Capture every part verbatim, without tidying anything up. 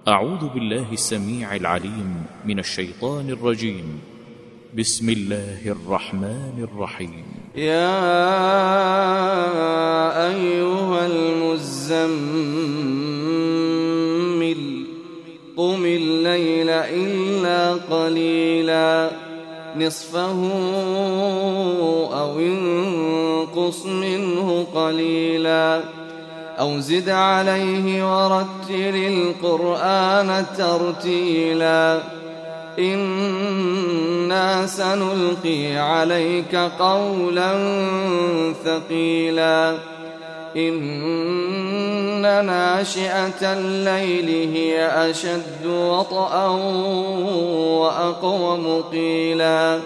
أعوذ بالله السميع العليم من الشيطان الرجيم. بسم الله الرحمن الرحيم. يا أيها المزمل قم الليل إلا قليلا نصفه أو انقص منه قليلا أو زد عليه ورتل القرآن ترتيلا إنا سنلقي عليك قولا ثقيلا إن ناشئة الليل هي أشد وطئا وأقوم قيلا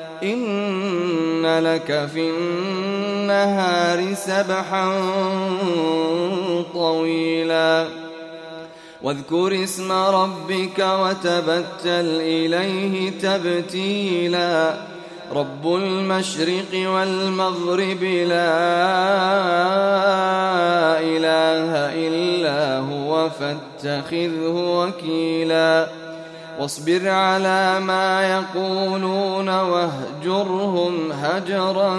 إن لك في النهار سبحا طويلا واذكر اسم ربك وتبتل إليه تبتيلا رب المشرق والمغرب لا إله إلا هو فاتخذه وكيلا واصبر على ما يقولون واهجرهم هجرا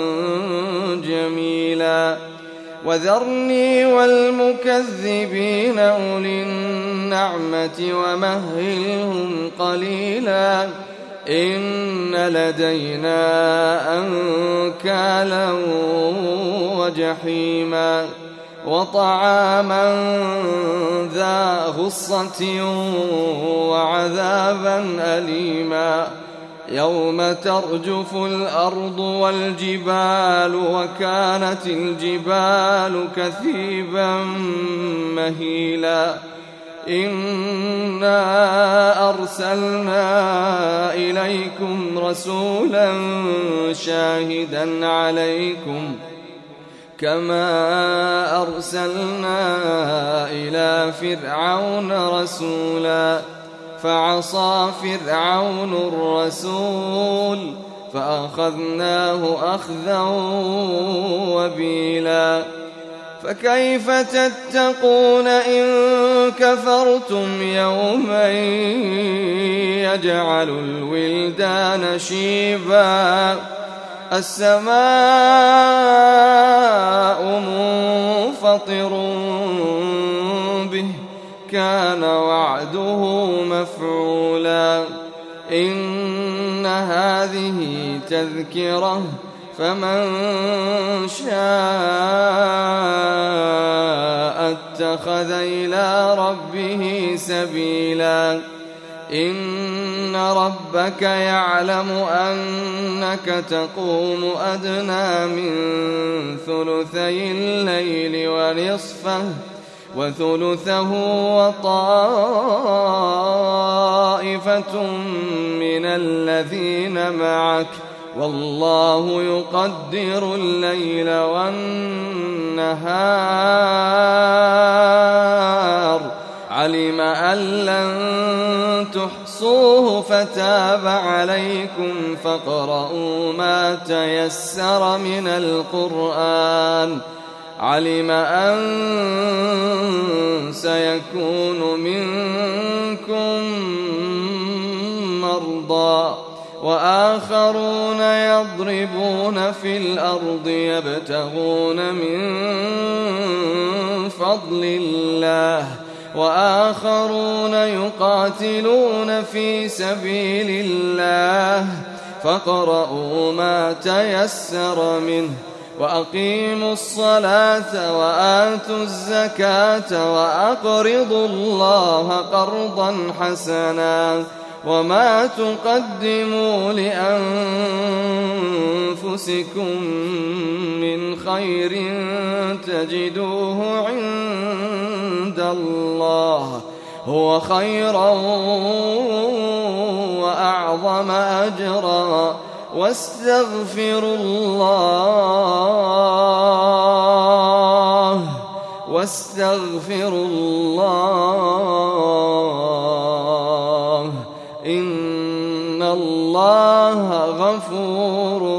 جميلا وذرني والمكذبين أولي النعمة ومهلهم قليلا إن لدينا أنكالا وجحيما وطعاما ذا غصة وعذابا أليما يوم ترجف الأرض والجبال وكانت الجبال كثيبا مهيلا إنا أرسلنا إليكم رسولا شاهدا عليكم كما أرسلنا إلى فرعون رسولا فعصى فرعون الرسول فأخذناه أخذا وبيلا فكيف تتقون إن كفرتم يوما يجعل الولدان شيبا السماء منفطر به كان وعده مفعولا إن هذه تذكرة فمن شاء اتخذ إلى ربه سبيلا إن ربك يعلم أنك تقوم أدنى من ثلثي الليل ونصفه وثلثه وطائفة من الذين معك والله يقدر الليل والنهار علم أن لن تحصوه فتاب عليكم فاقرؤوا ما تيسر من القرآن علم أن سيكون منكم مرضى وآخرون يضربون في الأرض يبتغون من فضل الله وآخرون يقاتلون في سبيل الله فاقرؤوا ما تيسر منه وأقيموا الصلاة وآتوا الزكاة وأقرضوا الله قرضا حسنا وما تقدموا لأنفسكم من خير تجدوه عند الله هو خيرا وأعظم أجرا واستغفروا الله واستغفروا الله إن الله غفور